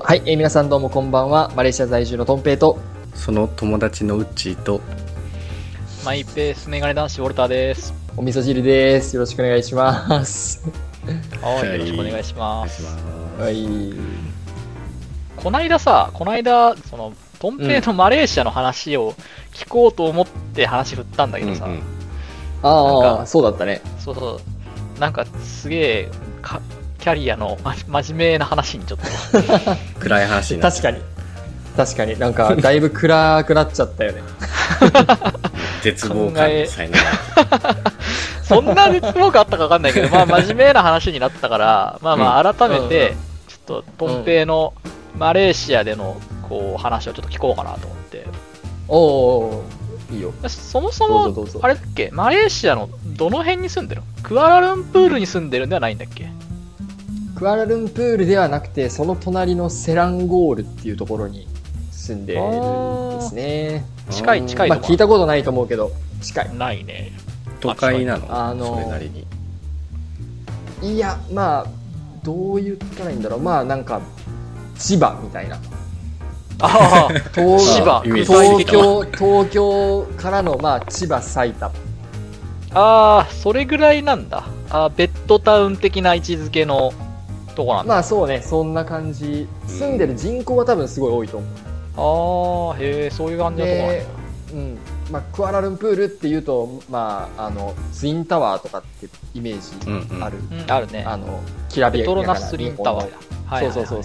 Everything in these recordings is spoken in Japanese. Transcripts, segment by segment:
はい、皆さんどうもこんばんは。マレーシア在住のトンペイとその友達のウッチーとマイペースメガネ男子ウォルターです。 お味噌汁です。よろしくお願いします。 はい、よろしくお願いします。 はい。 こないだそのトンペイのマレーシアの話を聞こうと思って話振ったんだけどさ、 ああ、そうだったね。 そうそう、なんかすげえキャリアの真面目な話にちょっと暗い話になっちゃう。 確かになんかだいぶ暗くなっちゃったよね。 絶望感にさえなそんな絶望感あったか分かんないけど、まあ真面目な話になったから、まあ改めてちょっとトンペイのマレーシアでのこう話をちょっと聞こうかなと思って。 おお、いいよ。 そもそもどうぞあれだっけ、マレーシアのどの辺に住んでるの？クアラルンプールに住んでるんではないんだっけ？ クアラルンプールではなくて、その隣のセランゴールっていうところに住んでるんですね。 近いとこ、 まあ聞いたことないと思うけど近い。 ないね。 都会なの？それなりに。 いや、まあどう言ったらいいんだろう。まあなんか千葉みたいな。 ああ、千葉、 東京からのまあ千葉埼玉。 ああ、それぐらいなんだ。あ、ベッドタウン的な位置づけのとこなんだ。 まあそうね、そんな感じ。住んでる人口は多分すごい多いと思う。 ああ、へえ、そういう感じのとこなんだ。 まあ、クアラルンプールっていうと、まあ、ツインタワーとかってイメージある、 あるね。 きらびやかなペトロナスツインタワーや。 そう、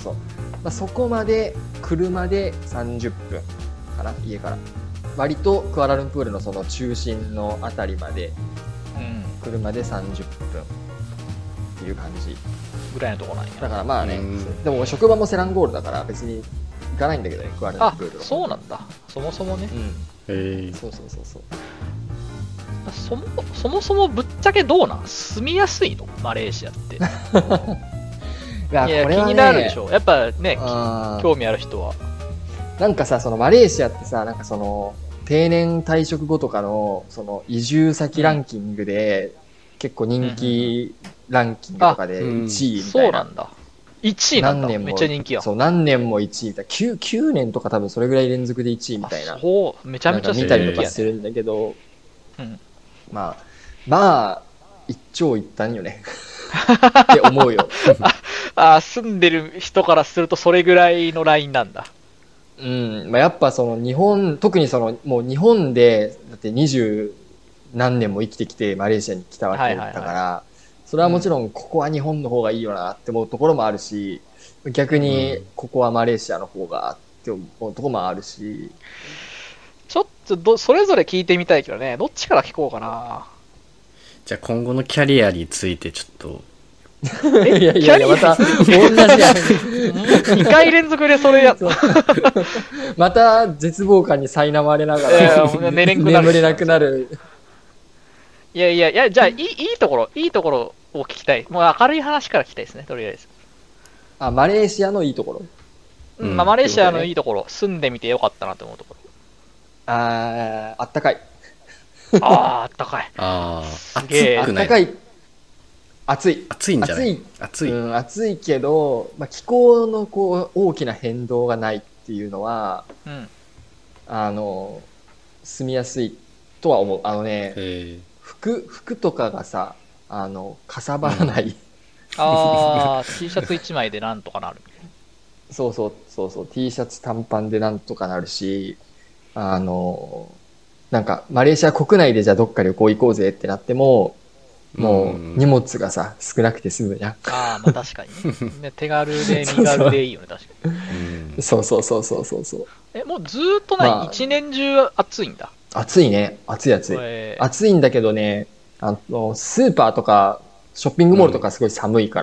まあ、そこまで車で30分かな、家から。割とクアラルンプールのその中心のあたりまで車で30分っていう感じぐらいのとこなんや。 だからまあね、でも職場もセランゴールだから別に行かないんだけどね、クアラルンプールは。 そうなんだ。そもそもね。 そう。 そもそもぶっちゃけどうなん？住みやすいの？マレーシアって。いや、気になるでしょ。やっぱね、興味ある人は。 なんかさ、そのマレーシアってさ、なんかその定年退職後とかのその移住先ランキングで、結構人気ランキングとかで1位みたいな。 そうなんだ。1位なんだ。めっちゃ人気やん。 そう、何年も1位みたいな。9年とか多分それぐらい連続で1位みたいな。 そう、めちゃめちゃ見たりとかするんだけど、まあ、一長一短よね。って思うよ。 住んでる人からするとそれぐらいのラインなんだ。 まあ、やっぱその日本、特にそのもう日本でだって20何年も生きてきてマレーシアに来たわけだから、それはもちろんここは日本の方がいいよなって思うところもあるし、逆にここはマレーシアの方がって思うところもあるし、 ちょっとそれぞれ聞いてみたいけどね、どっちから聞こうかな。 じゃあ今後のキャリアについてちょっといやまた同じや 2回連続でそれやっまた絶望感に苛まれながら眠れなくなる。 いや、じゃあいいところを聞きたい。もう明るい話から聞きたいですね、とりあえず。 マレーシアのいいところ、 まあ、マレーシアのいいところ、住んでみてよかったなと思うところ。 あったかい。 あったかい。 すげえ。 あったかい。暑いんじゃない？暑いけど、まあ、気候のこう大きな変動がないっていうのは、住みやすいとは思う。服とかがさ、かさばらない。 T シャツ1枚でなんとかなる。 そう、T シャツ短パンでなんとかなるし、なんかマレーシア国内でじゃあどっか旅行行こうぜってなっても、もう荷物がさ少なくて済むじゃん。 まあ確かにね。手軽で身軽でいいよね、確かに。 そう。 もうずーっと一年中暑いんだ。 暑いね。暑いんだけどね、スーパーとかショッピングモールとかすごい寒いから、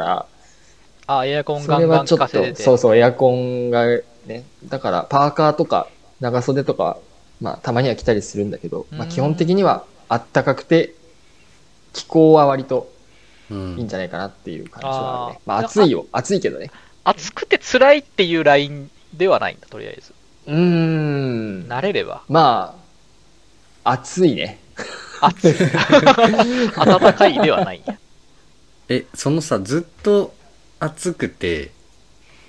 エアコンガンガン効かせてて。 そう、エアコンがね、だからパーカーとか長袖とか、まあたまには着たりするんだけど、まあ基本的にはあったかくて、気候は割といいんじゃないかなっていう感じはあるね。まあ暑いけどね。 暑くて辛いっていうラインではないんだ、とりあえず。慣れれば。 まあ、暑いね。 暑い。暖かいではないんや。 そのさ、ずっと暑くて、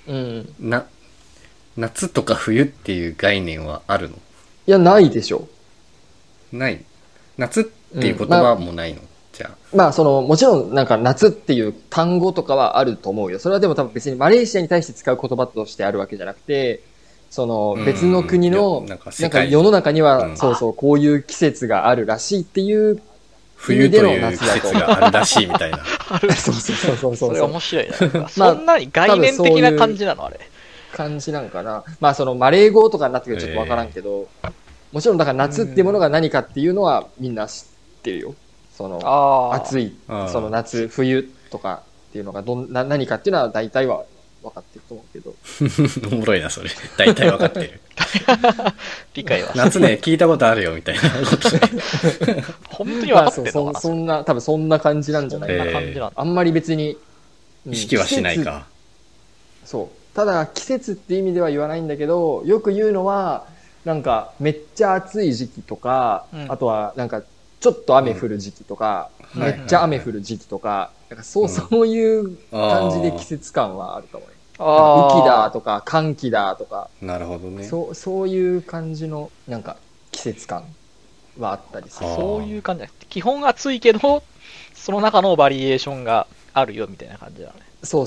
うん。 夏とか冬っていう概念はあるの？ いや、ないでしょ。 ない。夏っていう言葉もないの？じゃあ。 まあ、もちろん、なんか夏っていう単語とかはあると思うよ。それはでも多分別にマレーシアに対して使う言葉としてあるわけじゃなくて、別の国の、なんか世の中には、そうそう、こういう季節があるらしいっていう冬という季節があるらしいみたいな。 そうそうそうそう。 それ面白いな。そんなに概念的な感じなのあれ。 感じなんかな。まあマレー語とかになってくるとちょっとわからんけど、もちろんだから夏っていうものが何かっていうのはみんな知ってるよ。暑い、夏、冬とかっていうのが何かっていうのは大体は分かってると思うけど。 おもろいな、それ。大体分かってる。 理解は。 夏ね、聞いたことあるよ、みたいなことね。 本当に分かってるのかな、多分そんな感じなんじゃないかな。あんまり別に、 意識はしないか。 そう。ただ、季節って意味では言わないんだけど、よく言うのは、なんか、めっちゃ暑い時期とか、あとは、なんか、ちょっと雨降る時期とか、めっちゃ雨降る時期とか、なんかそういう感じで季節感はあるかもね。雨季だとか、寒季だとか。 なるほどね。 そういう感じの、なんか、季節感はあったりする。 そういう感じじゃなくて、基本暑いけど、その中のバリエーションがあるよみたいな感じだね。 そう。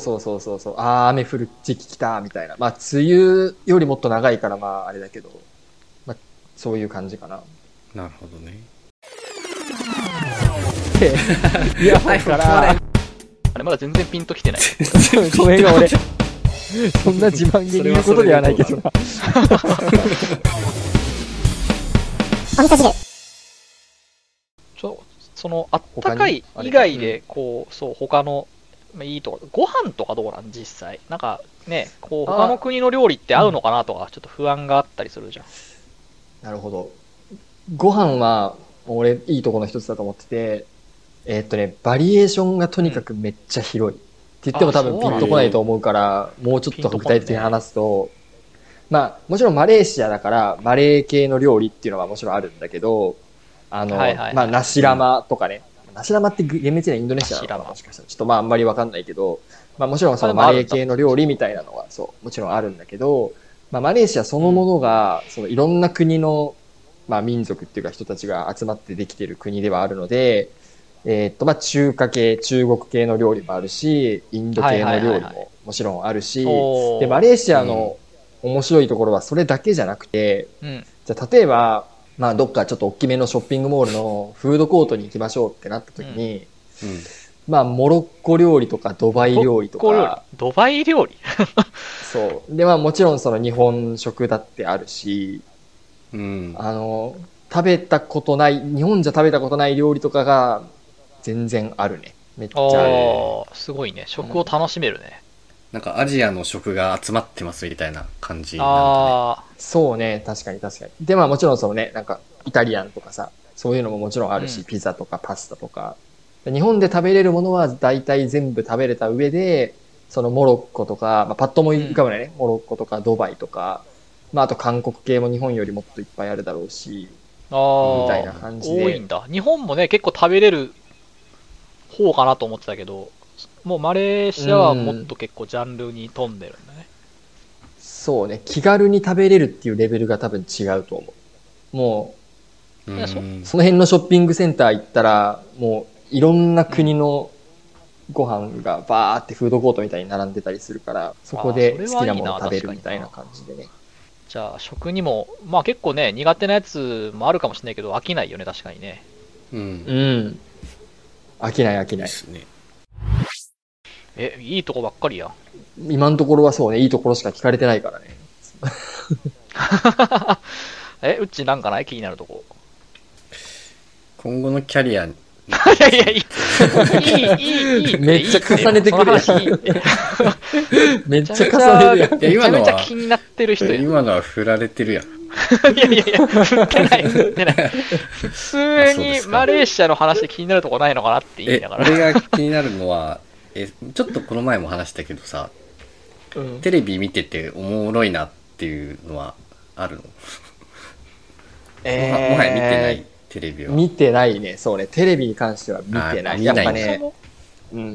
ああ、雨降る時期来た、みたいな。まあ、梅雨よりもっと長いから、まあ、あれだけど、まあ、そういう感じかな。 なるほどね。 いや、だから、 あれまだ全然ピンときてない。 ごめんが俺、そんな自慢げに言うことではないけどな。 お味噌汁。 あったかい以外で、他の、いいところ、ご飯とかどうなん実際。なんかね、他の国の料理って合うのかなとか、ちょっと不安があったりするじゃん。 なるほど。ご飯は、俺、いいところの一つだと思ってて、バリエーションがとにかくめっちゃ広い。って言っても多分ピンとこないと思うから、もうちょっと具体的に話すと、まあ、もちろんマレーシアだから、マレー系の料理っていうのはもちろんあるんだけど、まあ、ナシラマとかね。ナシラマって厳密にはインドネシアなのかな、もしかしたら。ちょっとまああんまりわかんないけど、まあもちろんそのマレー系の料理みたいなのは、そう、もちろんあるんだけど、まあマレーシアそのものが、いろんな国の、まあ民族っていうか人たちが集まってできている国ではあるので、まあ中華系、中国系の料理もあるし、インド系の料理ももちろんあるし、で、マレーシアの面白いところはそれだけじゃなくて、じゃあ例えば、まあどっかちょっと大きめのショッピングモールのフードコートに行きましょうってなった時に、まあモロッコ料理とかドバイ料理とか。 ドバイ料理そう。で、まあもちろんその日本食だってあるし、食べたことない、日本じゃ食べたことない料理とかが全然あるね。めっちゃある。 すごいね。食を楽しめるね。 なんかアジアの食が集まってますみたいな感じなんだね。 そうね、確かに。で、まあもちろんなんかイタリアンとかさ、そういうのももちろんあるし、ピザとかパスタとか。日本で食べれるものは大体全部食べれた上で、そのモロッコとか、まあ、パッとも浮かぶね、モロッコとかドバイとか、まああと韓国系も日本よりもっといっぱいあるだろうし、みたいな感じで。 多いんだ。日本もね、結構食べれる方かなと思ってたけど、もうマレーシアはもっと結構ジャンルに富んでるんだね。 そうね、気軽に食べれるっていうレベルが多分違うと思う。もう、その辺のショッピングセンター行ったら、もういろんな国のご飯がバーってフードコートみたいに並んでたりするから、そこで好きなものを食べるみたいな感じでね。 じゃあ食にも、まあ結構ね、苦手なやつもあるかもしれないけど、飽きないよね、確かにね。 飽きない。 ですね。 いいとこばっかりや。 今のところはそうね、いいところしか聞かれてないからね。 うちなんかない気になるとこ。 今後のキャリアに。 いい。 めっちゃ重ねてくるやん。めっちゃ重ねてるやん。 めちゃめちゃ気になってる人やん。 今のは振られてるやん。 いや、振ってない。普通にマレーシアの話で気になるとこないのかなって言いながら。 俺が気になるのは、ちょっとこの前も話したけどさ、テレビ見てておもろいなっていうのはあるの？もはや見てないテレビは。 見てないね。そうね。テレビに関しては見てない。やっぱね、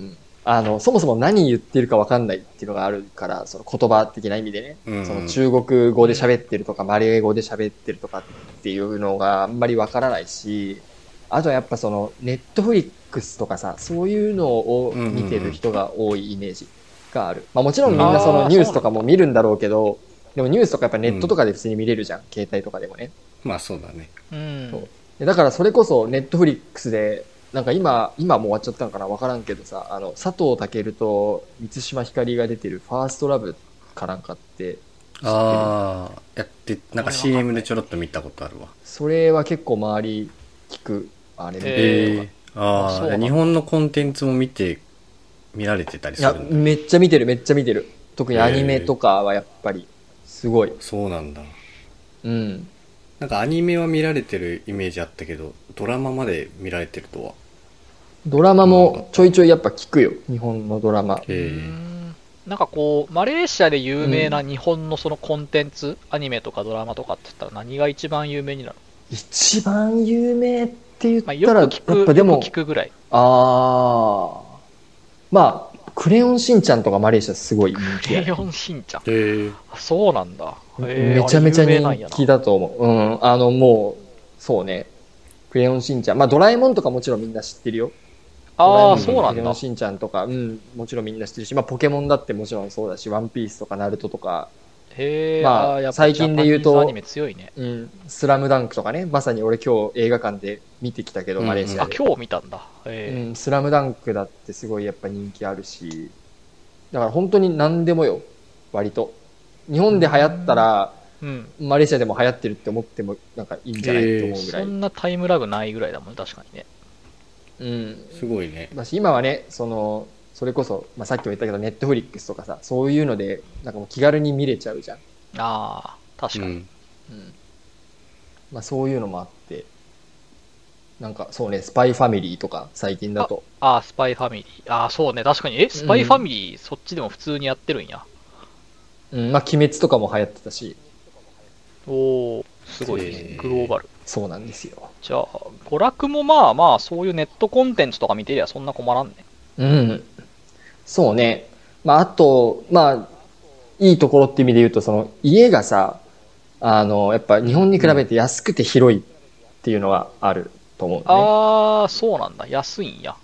そもそも何言ってるか分かんないっていうのがあるから、その言葉的な意味でね、その中国語で喋ってるとか、マレー語で喋ってるとかっていうのがあんまり分からないし、あとはやっぱそのネットフリックスとかさ、そういうのを見てる人が多いイメージがある。まあもちろんみんなそのニュースとかも見るんだろうけど、でもニュースとかやっぱネットとかで普通に見れるじゃん、携帯とかでもね。 まあそうだね。 そうだからそれこそネットフリックスで、なんか今もう終わっちゃったのかなわからんけどさ、佐藤健と満島ひかりが出てるファーストラブかなんかってああ、やって、なんか CM でちょろっと見たことあるわ。 それは結構周り聞く、あれ見てああ、日本のコンテンツも見られてたりするんだ。 いや、めっちゃ見てる。特にアニメとかはやっぱり、すごい。 そうなんだ。 うん。 なんかアニメは見られてるイメージあったけど、ドラマまで見られてるとは。 ドラマもちょいちょいやっぱ聞くよ。日本のドラマ。 なんかこう、マレーシアで有名な日本のそのコンテンツ、アニメとかドラマとかって言ったら何が一番有名になる？ 一番有名って言ったら、 よく聞くぐらい。 まあ、クレヨンしんちゃんとかマレーシアすごい人気や。 クレヨンしんちゃん。そうなんだ。 めちゃめちゃ人気だと思う。もう、そうね。クレヨンしんちゃん。まあ、ドラえもんとかもちろんみんな知ってるよ。 そうなんだ。 クレヨンしんちゃんとか、もちろんみんな知ってるし、まあ、ポケモンだってもちろんそうだし、ワンピースとかナルトとか。まあ、最近で言うと、 アニメ強いね。 スラムダンクとかね、まさに俺今日映画館で見てきたけど、マレーシアで。 今日見たんだ。 スラムダンクだってすごいやっぱ人気あるし、だから本当に何でもよ、割と。日本で流行ったら、マレーシアでも流行ってるって思ってもなんかいいんじゃないと思うぐらい。 そんなタイムラグないぐらいだもんね、確かにね。 すごいね。 だし今はね、それこそ、まあ、さっきも言ったけど、ネットフリックスとかさ、そういうので、なんかもう気軽に見れちゃうじゃん。 確かに。 まあそういうのもあって、なんかそうね、スパイファミリーとか、最近だと。 スパイファミリー。そうね、確かに。スパイファミリー、そっちでも普通にやってるんや。 まあ鬼滅とかも流行ってたし。 すごいね。グローバル。 そうなんですよ。 じゃあ、娯楽もまあまあ、そういうネットコンテンツとか見てりゃそんな困らんね。 そうね。まあ、あと、まあ、いいところって意味で言うと、その、家がさ、やっぱ日本に比べて安くて広いっていうのはあると思うね。 そうなんだ。安いんや。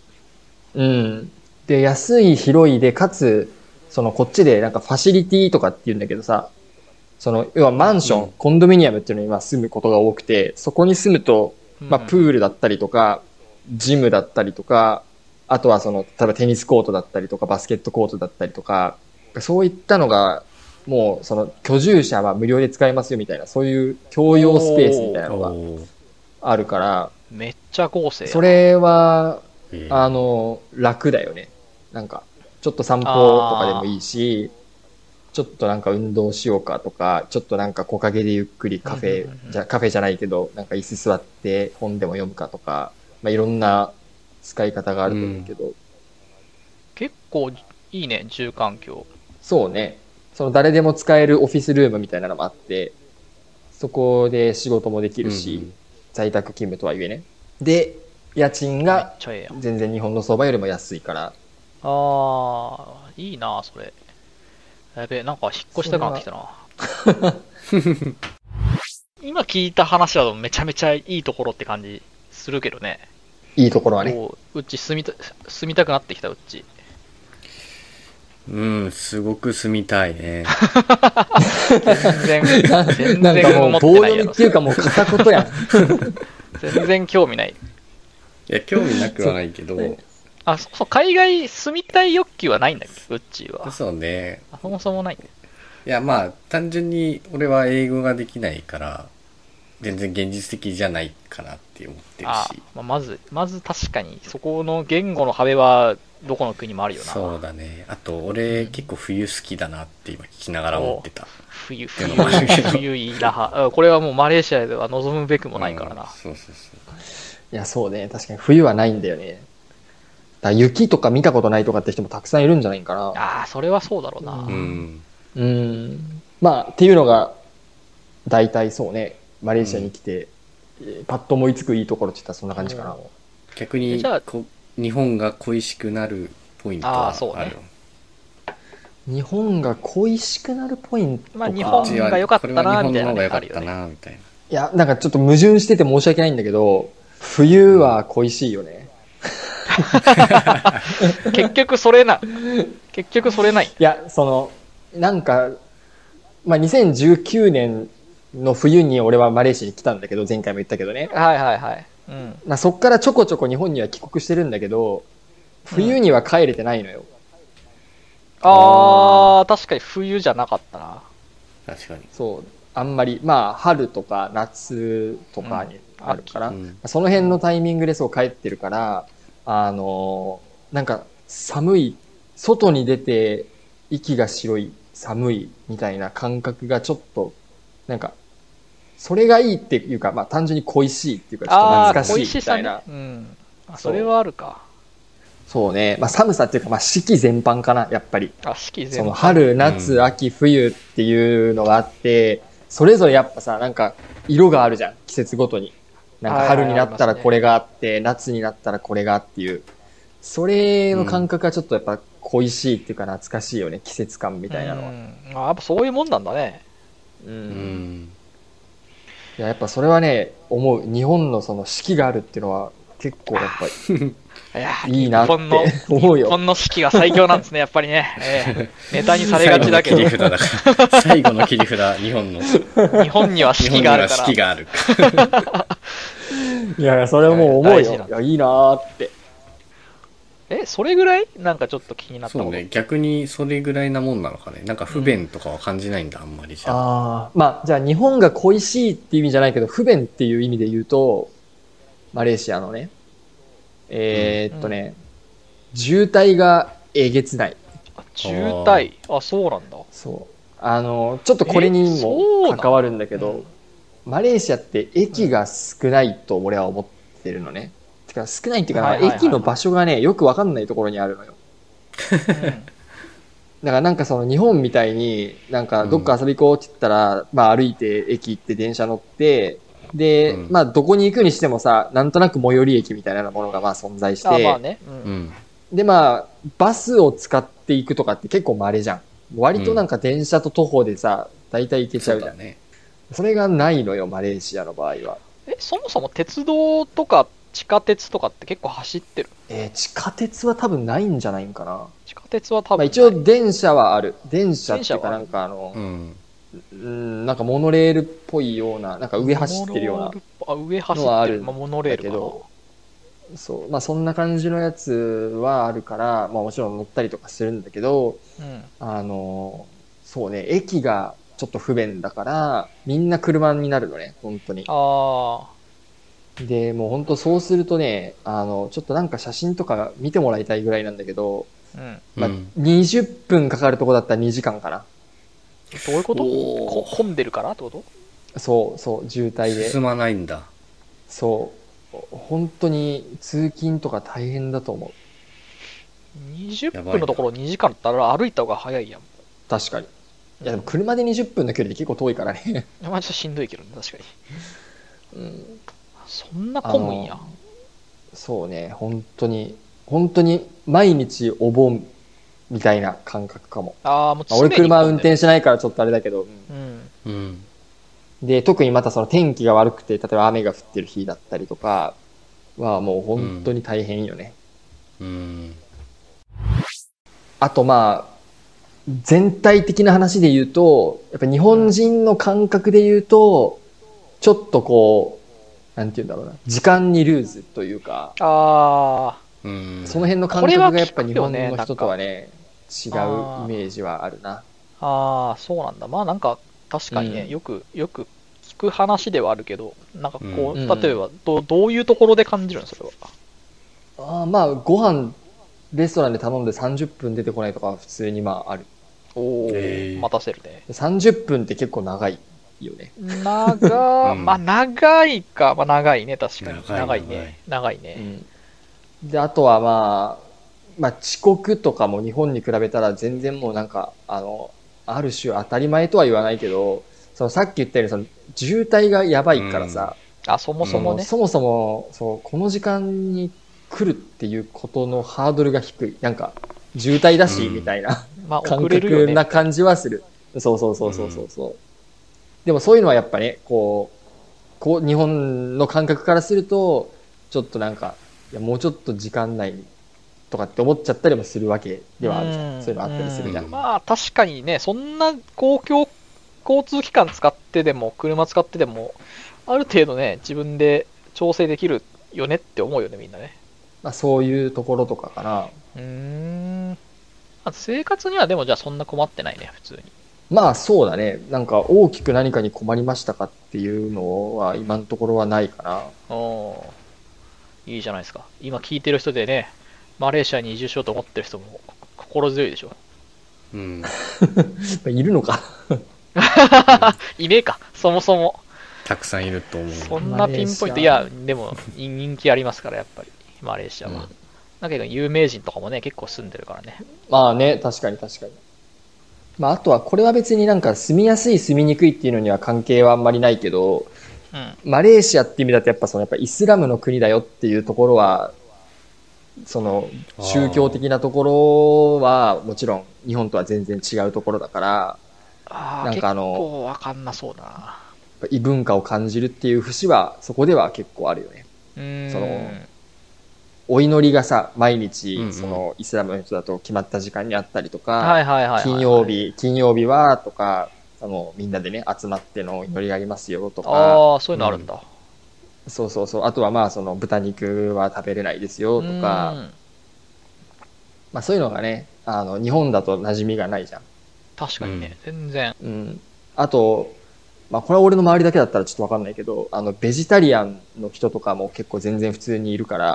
で、安い、広いで、かつ、こっちでなんかファシリティとかって言うんだけどさ、要はマンション、コンドミニアムっていうのに今住むことが多くて、そこに住むと、まあ、プールだったりとか、ジムだったりとか、あとは例えばテニスコートだったりとか、バスケットコートだったりとか、そういったのが、もう居住者は無料で使えますよみたいな、そういう共用スペースみたいなのがあるから、 めっちゃ豪勢やな。 それは、楽だよね。なんか、ちょっと散歩とかでもいいし、ちょっとなんか運動しようかとか、ちょっとなんか木陰でゆっくりカフェじゃないけど、なんか椅子座って本でも読むかとか、まあ、いろんな使い方があると思うけど。 結構いいね、住環境。 そうね。誰でも使えるオフィスルームみたいなのもあって、そこで仕事もできるし、在宅勤務とはいえね。で、家賃が全然日本の相場よりも安いから。 いいなそれ。やべえ、なんか引っ越したくなってきたな。今聞いた話はめちゃめちゃいいところって感じするけどね。 いいところはね。 うち住みたくなってきた、うち。 すごく住みたいね。 全然なんかもう棒読みっていうかもう片言やん。 全然興味ない。 いや、興味なくはないけど。 海外住みたい欲求はないんだっけ、うちは。 そうね。 そもそもない。 いや、まあ、単純に俺は英語ができないから、全然現実的じゃないかなって思ってるし。 まず確かに、そこの言語の壁はどこの国もあるよな。 そうだね。あと、俺、結構冬好きだなって今聞きながら思ってた。 冬いいな。これはもうマレーシアでは望むべくもないからな。 そう。いや、そうね。確かに冬はないんだよね。雪とか見たことないとかって人もたくさんいるんじゃないかな。 それはそうだろうな。 まあ、っていうのが、大体そうね。マレーシアに来て、パッと思いつくいいところって言ったらそんな感じかな。 逆に日本が恋しくなるポイントはある。 そうね。 日本が恋しくなるポイントか。 まあ日本が良かったなみたいな、ね。 日本の方が良かったなみたいな。 いや、なんかちょっと矛盾してて申し訳ないんだけど、冬は恋しいよね。 結局それない。いや、なんか、まあ、2019年の冬に俺はマレーシアに来たんだけど、前回も言ったけどね。 はいはいはい。うん。 まあ、そっからちょこちょこ日本には帰国してるんだけど、冬には帰れてないのよ。 確かに冬じゃなかったな。 確かに。 そう。あんまり、まあ、春とか夏とかにあるから、その辺のタイミングでそう帰ってるから、なんか寒い、外に出て息が白い、寒いみたいな感覚がちょっと、なんか、それがいいっていうか、まあ単純に恋しいっていうか、ちょっと懐かしいみたいな。 それはあるか。 そうね。まあ寒さっていうか、まあ四季全般かな、やっぱり。 四季全般。 その春、夏、秋、冬っていうのがあって、それぞれやっぱさ、なんか色があるじゃん、季節ごとに。なんか春になったらこれがあって、夏になったらこれがっていう。それの感覚がちょっとやっぱ恋しいっていうか懐かしいよね、季節感みたいなのは。 やっぱそういうもんなんだね。 いや、やっぱそれはね、思う。日本のその四季があるっていうのは結構やっぱりいいなって思うよ。 日本の四季が最強なんですね、やっぱりね。ネタにされがちだけど。 最後の切り札、日本の。 日本には四季があるから。 四季がある。 いや、それはもう思うよ。いや、いいなーって。 それぐらいなんかちょっと気になったこと。 そうね、逆にそれぐらいなもんなのかね。なんか不便とかは感じないんだ、あんまりじゃあ。まあ、じゃあ日本が恋しいっていう意味じゃないけど、不便っていう意味で言うと、マレーシアのね、渋滞がえげつない。 渋滞そうなんだ。 そう。ちょっとこれにも関わるんだけど、マレーシアって駅が少ないと俺は思ってるのね。てか少ないっていうか、駅の場所がね、よくわかんないところにあるのよ。だからなんかその日本みたいになんかどっか遊び行こうって言ったら、まあ歩いて駅行って電車乗って、で、まあどこに行くにしてもさ、なんとなく最寄り駅みたいなものがまあ存在して、でまあバスを使っていくとかって結構稀じゃん。割となんか電車と徒歩でさ、大体行けちゃうじゃん。それがないのよ、マレーシアの場合は。 そもそも鉄道とか地下鉄とかって結構走ってる？ 地下鉄は多分ないんじゃないんかな。 地下鉄は多分、 一応電車はある。電車っていうかなんかなんかモノレールっぽいような、なんか上走ってるようなのはあるんだけど、そう、まあそんな感じのやつはあるから、まあもちろん乗ったりとかするんだけど、そうね、駅がちょっと不便だから、みんな車になるのね、本当に。で、もう本当そうするとね、ちょっとなんか写真とか見てもらいたいぐらいなんだけど、まあ、20分かかるとこだったら2時間かな。 どういうこと？混んでるからってこと？ そう、渋滞で。 進まないんだ。 そう。本当に通勤とか大変だと思う。20分のところ2時間だったら歩いた方が早いやん。 確かに。いやでも車で20分の距離で結構遠いからね。 まあちょっとしんどいけどね、確かに。そんな混むんや。 そうね、本当に毎日お盆みたいな感覚かも。 もう俺車運転しないからちょっとあれだけど。で、特にまたその天気が悪くて、例えば雨が降ってる日だったりとかはもう本当に大変よね。あとまあ、全体的な話で言うと、やっぱ日本人の感覚で言うと、ちょっとこう、なんて言うんだろうな、時間にルーズというか、その辺の感覚がやっぱ日本の人とはね、違うイメージはあるな。 そうなんだ。まあなんか確かにね、よく聞く話ではあるけど、なんかこう、例えばどういうところで感じるのそれは。まあご飯レストランで頼んで30分出てこないとか普通にまあある。 待たせるね。 30分って結構長いよね。 まあ長いか、まあ長いね、確かに。長いね。 で、あとはまあ遅刻とかも日本に比べたら全然もうなんか、ある種当たり前とは言わないけど、そのさっき言ったようにその渋滞がやばいからさ、 そもそもね。 そもそう、この時間に来るっていうことのハードルが低い。なんか、 渋滞だし、みたいな、 まあ、 感遅れるよね。 覚な感じはする。そうそうそうそうそうそう。でもそういうのはやっぱね、こう日本の感覚からすると、ちょっとなんか、いやもうちょっと時間内とかって思っちゃったりもするわけではあるじゃん。そういうのあったりするじゃん。 まあ確かにね、そんな公共交通機関使ってでも、車使ってでも、ある程度ね、自分で調整できるよねって思うよね、みんなね。 まあそういうところとかかな。 生活にはでもじゃあそんな困ってないね、普通に。 まあそうだね。なんか大きく何かに困りましたかっていうのは今のところはないかな。 いいじゃないですか。今聞いてる人でね、マレーシアに移住しようと思ってる人も心強いでしょ。 うん。 いるのか。 いねえか、そもそも。 たくさんいると思う。 そんなピンポイント。いや、でも人気ありますから、やっぱり、マレーシアは。だけど有名人とかもね、結構住んでるからね。 まあね、確かに確かに。まああとはこれは別になんか住みやすい住みにくいっていうのには関係はあんまりないけど、マレーシアって意味だとやっぱイスラムの国だよっていうところは、その宗教的なところはもちろん日本とは全然違うところだから、 なんか結構わかんなそうだな。 異文化を感じるっていう節はそこでは結構あるよね。そのお祈りがさ、毎日そのイスラムの人だと決まった時間にあったりとか、金曜日はとか、みんなでね集まっての祈りがありますよとか。 ああ、そういうのあるんだ。 そうそうそう。あとはまあその豚肉は食べれないですよとか、まあそういうのがね、日本だと馴染みがないじゃん。 確かにね、全然。 あと、まあこれは俺の周りだけだったらちょっとわかんないけど、ベジタリアンの人とかも結構全然普通にいるから。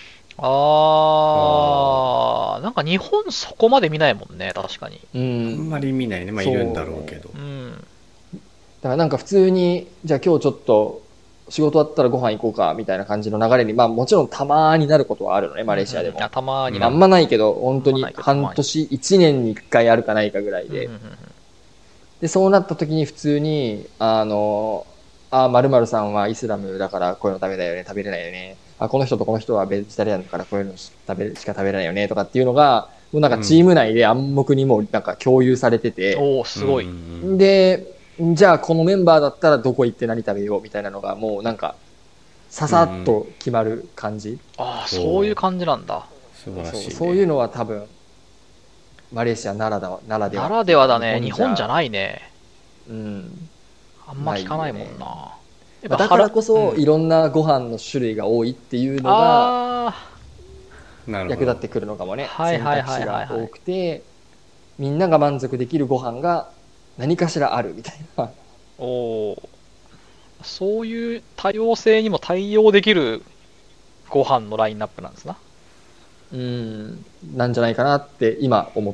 なんか日本そこまで見ないもんね、確かに。 あんまり見ないね。まあいるんだろうけど。 だからなんか普通に、じゃあ今日ちょっと仕事あったらご飯行こうかみたいな感じの流れに、まあもちろんたまーになることはあるのね、マレーシアでも。 たまーにあんまないけど、本当に半年、1年に1回あるかないかぐらいで。で、そうなった時に普通に、〇〇さんはイスラムだからこういうのダメだよね、食べれないよね。この人とこの人はベジタリアンだからこういうのしか食べれないよねとかっていうのが、もうなんかチーム内で暗黙にもうなんか共有されてて。 すごい。 で、じゃあこのメンバーだったらどこ行って何食べようみたいなのがもうなんか、ささっと決まる感じ。 そういう感じなんだ。 素晴らしい、ね。 そういうのは多分、マレーシアならでは。 ならではだね。日本じゃないね。あんま聞かないもんな。 だからこそ、いろんなご飯の種類が多いっていうのが役立ってくるのかもね。選択肢が多くて、みんなが満足できるご飯が何かしらあるみたいな。 そういう多様性にも対応できるご飯のラインナップなんですな。 なんじゃないかなって今思った。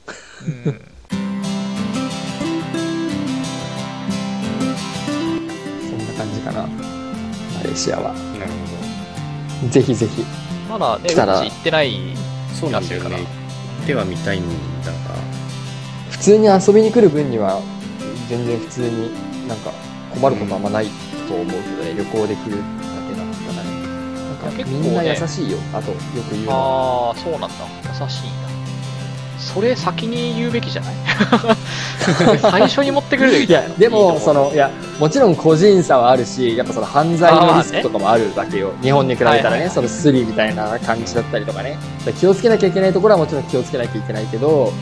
感じかな、マレーシアは。 なるほど。ぜひぜひ。 まだね、うち行ってない。 そうなんだよね。行ってはみたいんだが。 普通に遊びに来る分には、全然普通になんか困ることはあんまないと思うけどね、旅行で来るだけだったらね。なんかみんな優しいよ、あとよく言うの。 そうなんだ。優しいんだ。それ先に言うべきじゃない最初に持ってくるべきじゃないの。 でももちろん個人差はあるし、やっぱその犯罪のリスクとかもあるわけよ。日本に比べたらね、そのスリみたいな感じだったりとかね。気をつけなきゃいけないところはもちろん気をつけなきゃいけないけど、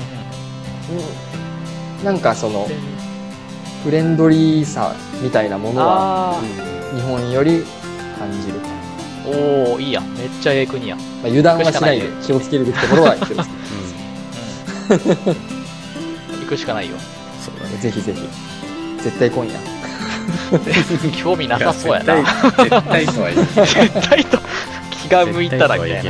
なんかそのフレンドリーさみたいなものは日本より感じる。 いいや、めっちゃええ国や。 油断はしないで気をつけるべきところは気をつけて行くしかないよ。 そうだね。ぜひぜひ。絶対今夜。 興味なさそうやな。 絶対とは言えない。 絶対と気が向いたらみたいな。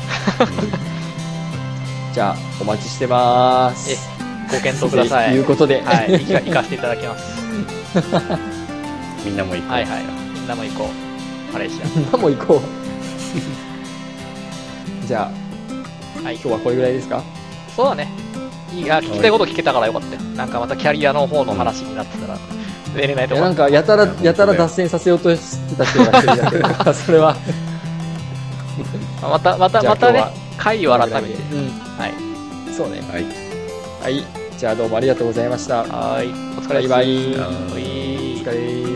じゃあお待ちしてます。 ご検討ください。 ということで、 はい、行かせていただきます。 みんなも行こう。 はいはい。みんなも行こう。マレーシア。 みんなも行こう。じゃあ、今日はこれぐらいですか？ そうだね。聞きたいこと聞けたからよかったよ。なんかまたキャリアの方の話になってたら寝れないと思う。 なんかやたら脱線させようとしてた気がするだけど、それはまたね、回を改めて。 はい。 そうね。 はい。 はい。じゃあどうもありがとうございました。 はい。お疲れ様です。 バイバイ。 はいお疲れ。